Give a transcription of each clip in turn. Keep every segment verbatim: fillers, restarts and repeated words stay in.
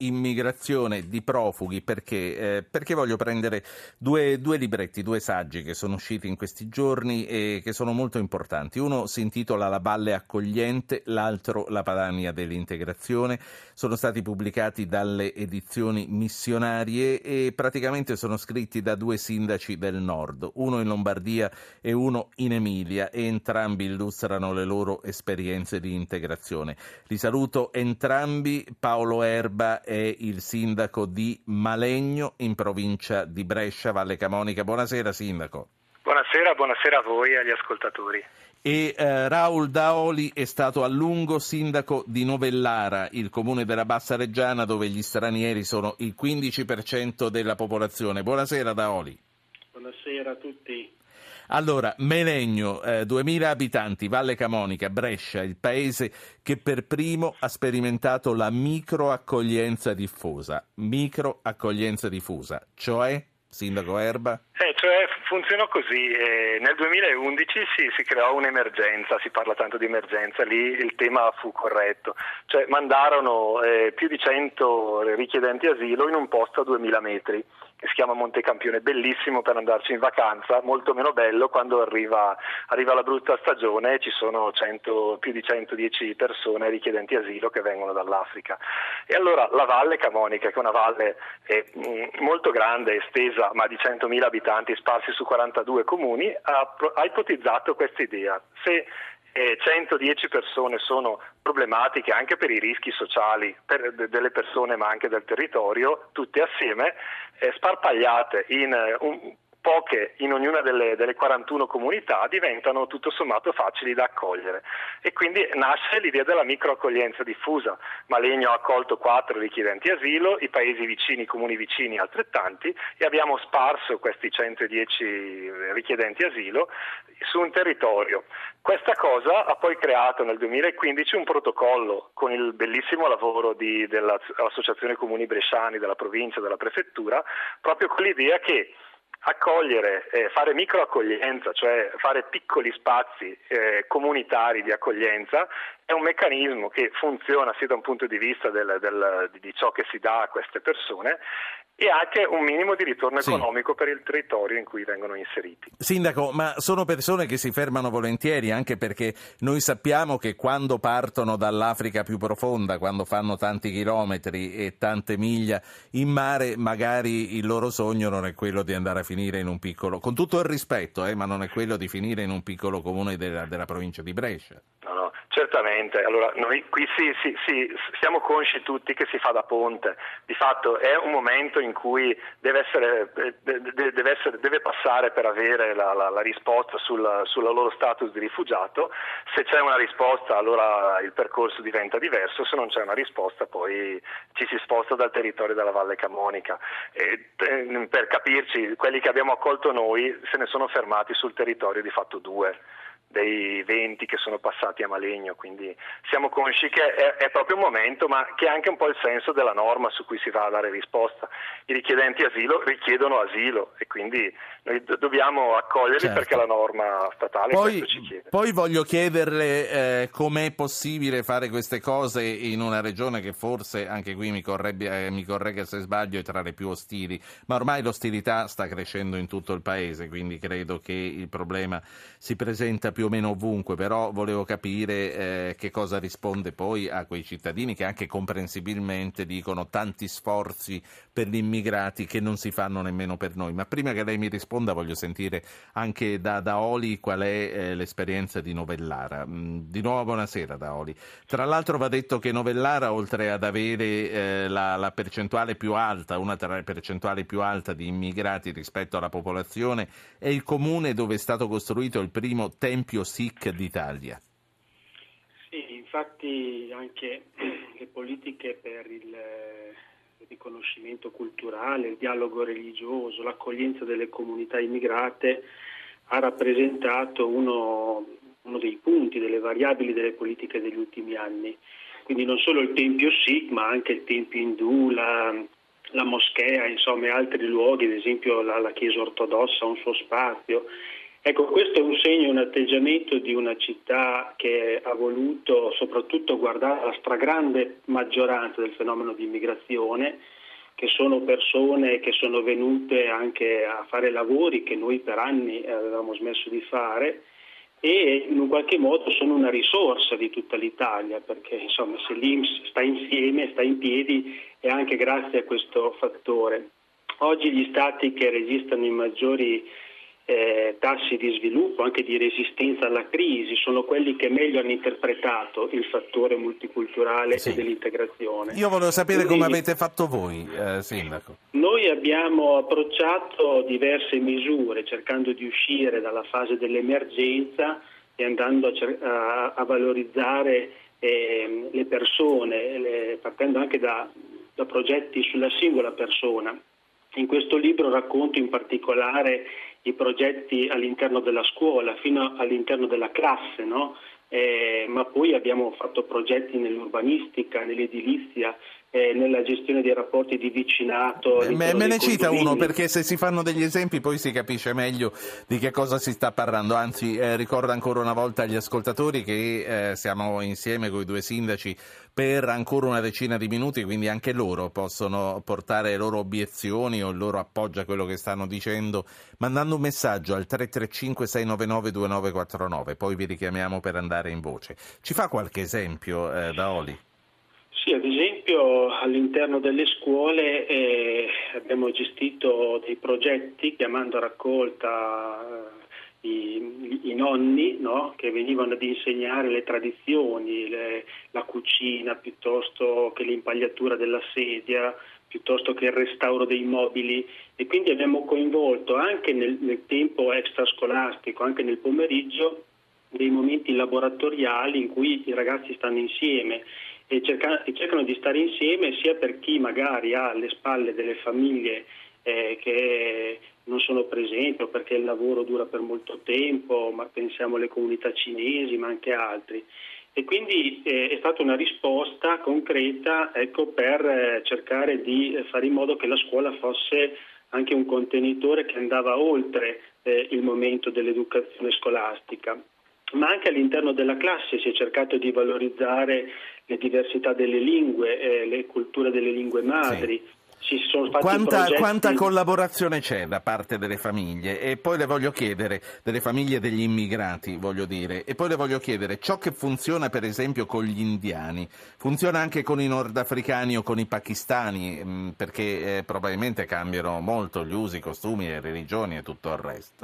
immigrazione, di profughi, perché? Eh, perché voglio prendere due, due libretti, due saggi che sono usciti in questi giorni e che sono molto importanti. Uno si intitola La Valle Accogliente, l'altro La Padania dell'Integrazione. Sono stati pubblicati dalle edizioni Missionarie e praticamente sono scritti da due sindaci del nord, uno in Lombardia e uno in Emilia, e entrambi illustrano le loro esperienze di integrazione. Li saluto entrambi. Paolo Erba è il sindaco di Malegno, in provincia di Brescia, Valle Camonica. Buonasera, sindaco. Buonasera, buonasera a voi e agli ascoltatori. E eh, Raul Daoli è stato a lungo sindaco di Novellara, il comune della Bassa Reggiana, dove gli stranieri sono il quindici per cento della popolazione. Buonasera, Daoli. Buonasera a tutti. Allora, Malegno, eh, duemila abitanti, Valle Camonica, Brescia, il paese che per primo ha sperimentato la microaccoglienza diffusa. Microaccoglienza diffusa, cioè, sindaco Erba? Eh, cioè funzionò così, eh, nel duemilaundici si, si creò un'emergenza, si parla tanto di emergenza, lì il tema fu corretto, cioè mandarono eh, più di cento richiedenti asilo in un posto a duemila metri, che si chiama Montecampione, bellissimo per andarci in vacanza, molto meno bello quando arriva, arriva la brutta stagione e ci sono cento, più di centodieci persone richiedenti asilo che vengono dall'Africa. E allora la Valle Camonica, che è una valle eh, molto grande, estesa, ma di centomila abitanti sparsi su quarantadue comuni, ha, ha ipotizzato questa idea. Se eh, centodieci persone sono problematiche anche per i rischi sociali per de- delle persone ma anche del territorio, tutte assieme, eh, sparpagliate in eh, un, poche in ognuna delle, delle quarantuno comunità, diventano tutto sommato facili da accogliere, e quindi nasce l'idea della microaccoglienza diffusa. Malegno ha accolto quattro richiedenti asilo, i paesi vicini, i comuni vicini altrettanti, e abbiamo sparso questi centodieci richiedenti asilo su un territorio. Questa cosa ha poi creato nel duemilaquindici un protocollo con il bellissimo lavoro di, dell'Associazione Comuni Bresciani, della provincia, della prefettura, proprio con l'idea che accogliere, eh, fare microaccoglienza, cioè fare piccoli spazi eh, comunitari di accoglienza, è un meccanismo che funziona sia da un punto di vista del, del, di ciò che si dà a queste persone e anche un minimo di ritorno sì. economico per il territorio in cui vengono inseriti. Sindaco, ma sono persone che si fermano volentieri, anche perché noi sappiamo che quando partono dall'Africa più profonda, quando fanno tanti chilometri e tante miglia in mare, magari il loro sogno non è quello di andare a finire in un piccolo, con tutto il rispetto, eh, ma non è quello di finire in un piccolo comune della, della provincia di Brescia. No, no, certamente. Allora, noi qui si, si, si, siamo consci tutti che si fa da ponte. Di fatto è un momento in cui deve essere, deve, essere, deve passare per avere la, la, la risposta sul, sul loro status di rifugiato. Se c'è una risposta, allora il percorso diventa diverso, se non c'è una risposta poi ci si sposta dal territorio della Valle Camonica. E, per capirci, quelli che abbiamo accolto noi se ne sono fermati sul territorio di fatto due dei venti che sono passati a Malegno, quindi siamo consci che è, è proprio un momento, ma che è anche un po' il senso della norma su cui si va a dare risposta. I richiedenti asilo richiedono asilo e quindi noi do- dobbiamo accoglierli, certo, perché la norma statale poi, questo ci chiede. Poi voglio chiederle eh, com'è possibile fare queste cose in una regione che forse, anche qui mi, correbbe, eh, mi corregga se sbaglio, è tra le più ostili, ma ormai l'ostilità sta crescendo in tutto il paese, quindi credo che il problema si presenta più più o meno ovunque, però volevo capire eh, che cosa risponde poi a quei cittadini che anche comprensibilmente dicono tanti sforzi per gli immigrati che non si fanno nemmeno per noi. Ma prima che lei mi risponda voglio sentire anche da Daoli qual è eh, l'esperienza di Novellara. Mm, di nuovo buonasera Daoli. Tra l'altro va detto che Novellara, oltre ad avere eh, la, la percentuale più alta, una tra le percentuali più alta di immigrati rispetto alla popolazione, è il comune dove è stato costruito il primo tempio Sikh d'Italia. Sì, infatti anche le politiche per il riconoscimento culturale, il dialogo religioso, l'accoglienza delle comunità immigrate ha rappresentato uno, uno dei punti, delle variabili delle politiche degli ultimi anni. Quindi non solo il tempio Sikh, ma anche il tempio indù, la, la moschea, insomma, e altri luoghi, ad esempio la, la chiesa ortodossa ha un suo spazio. Ecco, questo è un segno, un atteggiamento di una città che ha voluto soprattutto guardare alla stragrande maggioranza del fenomeno di immigrazione, che sono persone che sono venute anche a fare lavori che noi per anni avevamo smesso di fare, e in un qualche modo sono una risorsa di tutta l'Italia, perché insomma se l'I N P S sta insieme, sta in piedi, è anche grazie a questo fattore. Oggi gli stati che registrano i maggiori eh, tassi di sviluppo, anche di resistenza alla crisi, sono quelli che meglio hanno interpretato il fattore multiculturale sì. e dell'integrazione. Io volevo sapere Quindi, come avete fatto voi, eh, Sindaco. Noi abbiamo approcciato diverse misure cercando di uscire dalla fase dell'emergenza e andando a, cer- a, a valorizzare eh, le persone, le, partendo anche da, da progetti sulla singola persona. In questo libro racconto in particolare i progetti all'interno della scuola, fino all'interno della classe, no? Eh, ma poi abbiamo fatto progetti nell'urbanistica, nell'edilizia, eh, nella gestione dei rapporti di vicinato. Eh, me ne cita uno, perché se si fanno degli esempi poi si capisce meglio di che cosa si sta parlando. Anzi, eh, ricordo ancora una volta agli ascoltatori che eh, siamo insieme con i due sindaci per ancora una decina di minuti, quindi anche loro possono portare le loro obiezioni o il loro appoggio a quello che stanno dicendo, mandando un messaggio al tre tre cinque sei nove nove due nove quattro nove, poi vi richiamiamo per andare in voce. Ci fa qualche esempio, eh, Daoli? Sì, ad esempio all'interno delle scuole eh, abbiamo gestito dei progetti chiamando a raccolta eh, i, i nonni, no? Che venivano ad insegnare le tradizioni, le, la cucina, piuttosto che l'impagliatura della sedia, piuttosto che il restauro dei mobili, e quindi abbiamo coinvolto anche nel, nel tempo extrascolastico, anche nel pomeriggio, dei momenti laboratoriali in cui i ragazzi stanno insieme e, cerca, e cercano di stare insieme, sia per chi magari ha alle spalle delle famiglie eh, che non sono presenti o perché il lavoro dura per molto tempo, ma pensiamo alle comunità cinesi, ma anche altri. E quindi eh, è stata una risposta concreta, ecco, per eh, cercare di fare in modo che la scuola fosse anche un contenitore che andava oltre eh, il momento dell'educazione scolastica. Ma anche all'interno della classe si è cercato di valorizzare le diversità delle lingue, eh, le culture delle lingue madri. Sì. Ci sono fatti quanta, progetti... quanta collaborazione c'è da parte delle famiglie? E poi le voglio chiedere, delle famiglie degli immigrati, voglio dire, e poi le voglio chiedere, ciò che funziona per esempio con gli indiani, funziona anche con i nordafricani o con i pakistani? Perché eh, probabilmente cambiano molto gli usi, i costumi, le religioni e tutto il resto.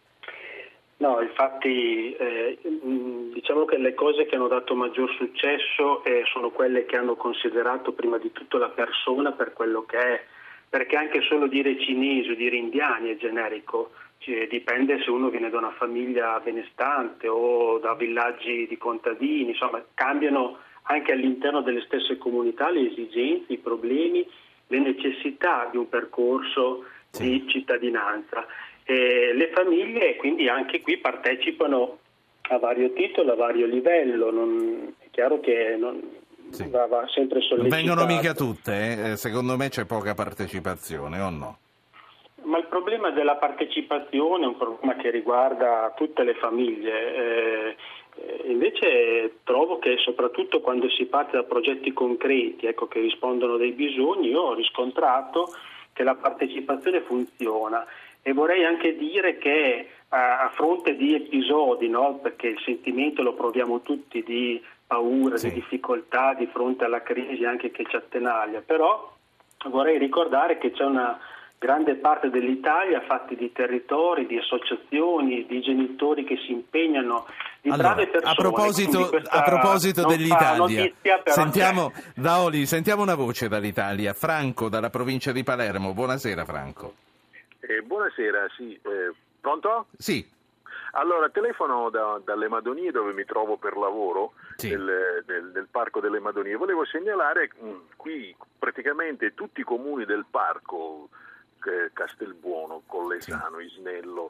No, infatti eh, diciamo che le cose che hanno dato maggior successo eh, sono quelle che hanno considerato prima di tutto la persona per quello che è, perché anche solo dire cinesi o dire indiani è generico, cioè, dipende se uno viene da una famiglia benestante o da villaggi di contadini, insomma cambiano anche all'interno delle stesse comunità le esigenze, i problemi, le necessità di un percorso sì. di cittadinanza. Eh, le famiglie quindi anche qui partecipano a vario titolo, a vario livello, non, è chiaro che non sì. va, va sempre sollecitato. Non vengono mica tutte, eh? Secondo me c'è poca partecipazione, o no? Ma il problema della partecipazione è un problema che riguarda tutte le famiglie, eh, eh, invece trovo che soprattutto quando si parte da progetti concreti, ecco, che rispondono a dei bisogni, io ho riscontrato che la partecipazione funziona. E vorrei anche dire che a fronte di episodi, no, perché il sentimento lo proviamo tutti di paura, sì. di difficoltà di fronte alla crisi anche che ci attenaglia, però vorrei ricordare che c'è una grande parte dell'Italia fatti di territori, di associazioni, di genitori che si impegnano, di allora, brave persone. A proposito, a proposito dell'Italia, notizia, sentiamo, Daoli, sentiamo una voce dall'Italia. Franco, dalla provincia di Palermo. Buonasera, Franco. Eh, buonasera, sì. Eh, pronto? Sì. Allora, telefono da, dalle Madonie, dove mi trovo per lavoro, sì. del, del, del Parco delle Madonie. Volevo segnalare mh, qui praticamente tutti i comuni del parco, eh, Castelbuono, Collesano, sì. Isnello,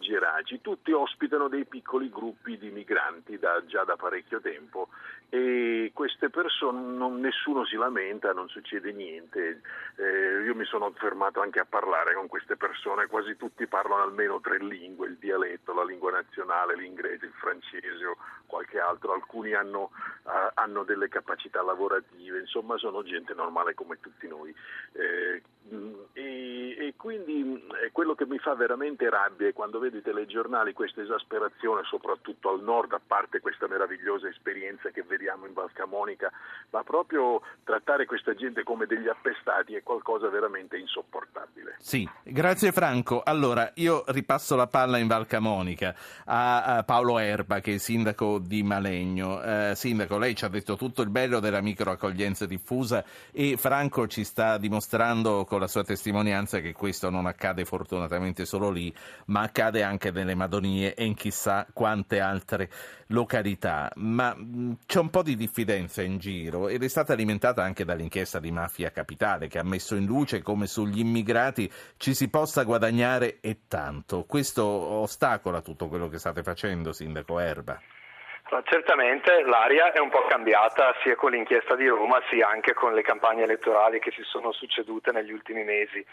Geraci, tutti ospitano dei piccoli gruppi di migranti da, già da parecchio tempo, e queste persone, non, nessuno si lamenta, non succede niente. Eh, io mi sono fermato anche a parlare con queste persone, quasi tutti parlano almeno tre lingue, il dialetto, la lingua nazionale, l'inglese, il francese o qualche altro, alcuni hanno, uh, hanno delle capacità lavorative, insomma sono gente normale come tutti noi. Eh, e, e quindi è quello che mi fa veramente rabbia è quando vedo i telegiornali, questa esasperazione soprattutto al nord, a parte questa meravigliosa esperienza che vediamo in Val Camonica, ma proprio trattare questa gente come degli appestati è qualcosa veramente insopportabile. Sì, grazie Franco. Allora, io ripasso la palla in Val Camonica a, a Paolo Erba, che è sindaco di Malegno. Eh, sindaco, lei ci ha detto tutto il bello della microaccoglienza diffusa e Franco ci sta dimostrando con la sua testimonianza che questo non accade fortunatamente solo lì, ma accade anche nelle Madonie e in chissà quante altre località. Ma mh, c'è un po' di diffidenza in giro ed è stata alimentata anche dall'inchiesta di Mafia Capitale, che ha messo in luce come sugli immigrati ci si possa guadagnare e tanto. Questo ostacola tutto quello che state facendo, sindaco Erba? Certamente l'aria è un po' cambiata sia con l'inchiesta di Roma sia anche con le campagne elettorali che si sono succedute negli ultimi mesi.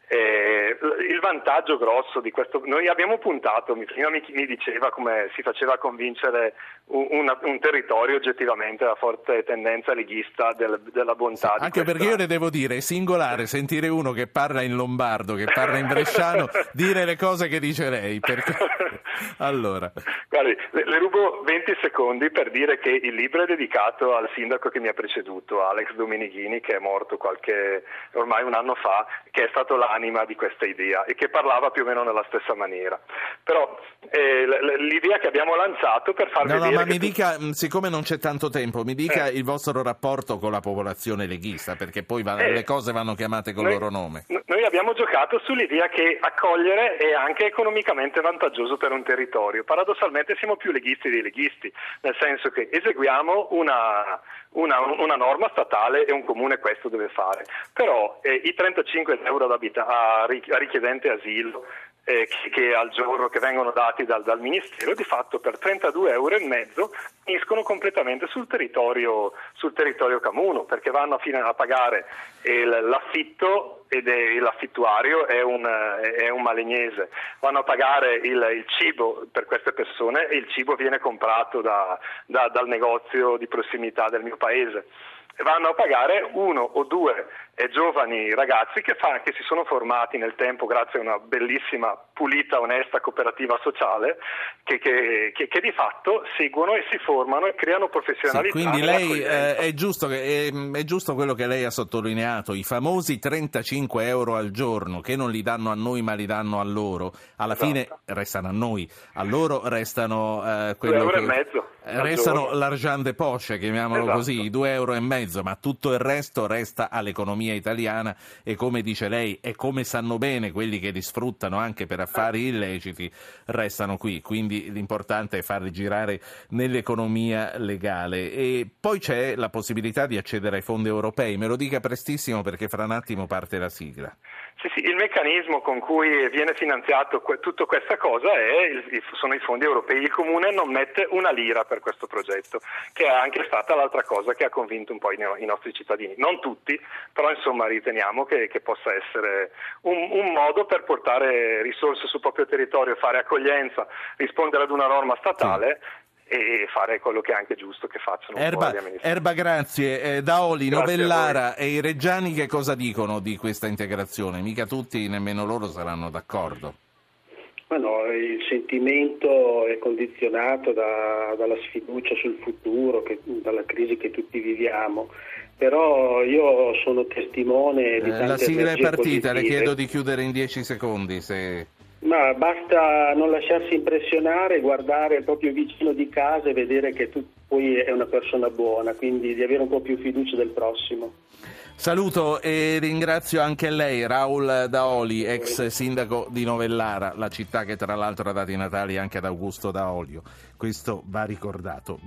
Eh, il vantaggio grosso di questo, noi abbiamo puntato, prima mi, mi diceva come si faceva convincere un, una, un territorio oggettivamente la forte tendenza leghista del, della bontà. Sì, di anche questa... perché io le devo dire, è singolare sentire uno che parla in lombardo, che parla in bresciano, dire le cose che dice lei. Perché... Allora. Guardi, le, le rubo venti secondi per dire che il libro è dedicato al sindaco che mi ha preceduto, Alex Dominighini, che è morto qualche ormai un anno fa, che è stato l'anima di questa idea e che parlava più o meno nella stessa maniera. Però eh, l'idea che abbiamo lanciato per far no, vedere... No, ma mi tu... dica, siccome non c'è tanto tempo, mi dica eh. il vostro rapporto con la popolazione leghista, perché poi va, eh. le cose vanno chiamate col noi, loro nome. Noi abbiamo giocato sull'idea che accogliere è anche economicamente vantaggioso per un territorio. Paradossalmente siamo più leghisti dei leghisti, nel senso che eseguiamo una, una, una norma statale e un comune questo deve fare. Però eh, i trentacinque euro a, a richiedente asilo eh, che, che al giorno che vengono dati dal, dal Ministero, di fatto per trentadue euro e mezzo finiscono completamente sul territorio, sul territorio camuno, perché vanno a, fine, a pagare il, l'affitto ed è, l'affittuario è un, è un malegnese, vanno a pagare il, il cibo per queste persone e il cibo viene comprato da, da, dal negozio di prossimità del mio paese. Vanno a pagare uno o due eh, giovani ragazzi che, fa, che si sono formati nel tempo grazie a una bellissima, pulita, onesta cooperativa sociale che, che, che, che di fatto seguono e si formano e creano professionalità. Sì, quindi lei eh, è, giusto che, è, è giusto quello che lei ha sottolineato, i famosi trentacinque euro al giorno che non li danno a noi ma li danno a loro, alla esatto. fine restano a noi, a loro restano eh, quello due euro che... e mezzo. Restano l'argent de poche, chiamiamolo esatto. così, due euro e mezzo, ma tutto il resto resta all'economia italiana e come dice lei e come sanno bene quelli che li sfruttano anche per affari illeciti restano qui, quindi l'importante è farli girare nell'economia legale. E poi c'è la possibilità di accedere ai fondi europei, me lo dica prestissimo perché fra un attimo parte la sigla. Sì, sì, il meccanismo con cui viene finanziato que- tutta questa cosa è il, sono i fondi europei. Il Comune non mette una lira per questo progetto, che è anche stata l'altra cosa che ha convinto un po' i, i nostri cittadini. Non tutti, però insomma riteniamo che, che possa essere un, un modo per portare risorse sul proprio territorio, fare accoglienza, rispondere ad una norma statale. Sì. E fare quello che è anche giusto che facciano. Erba, Erba grazie. Eh, Daoli, grazie Novellara e i reggiani che cosa dicono di questa integrazione? Mica tutti, nemmeno loro saranno d'accordo. Ma no, il sentimento è condizionato da, dalla sfiducia sul futuro, che, dalla crisi che tutti viviamo. Però io sono testimone di tante eh, La sigla è partita, positive. Le chiedo di chiudere in dieci secondi se... Ma basta non lasciarsi impressionare, guardare il proprio vicino di casa e vedere che tu poi è una persona buona, quindi di avere un po' più fiducia del prossimo. Saluto e ringrazio anche lei, Raul Daoli, ex sindaco di Novellara, la città che tra l'altro ha dato i natali anche ad Augusto Daolio. Questo va ricordato.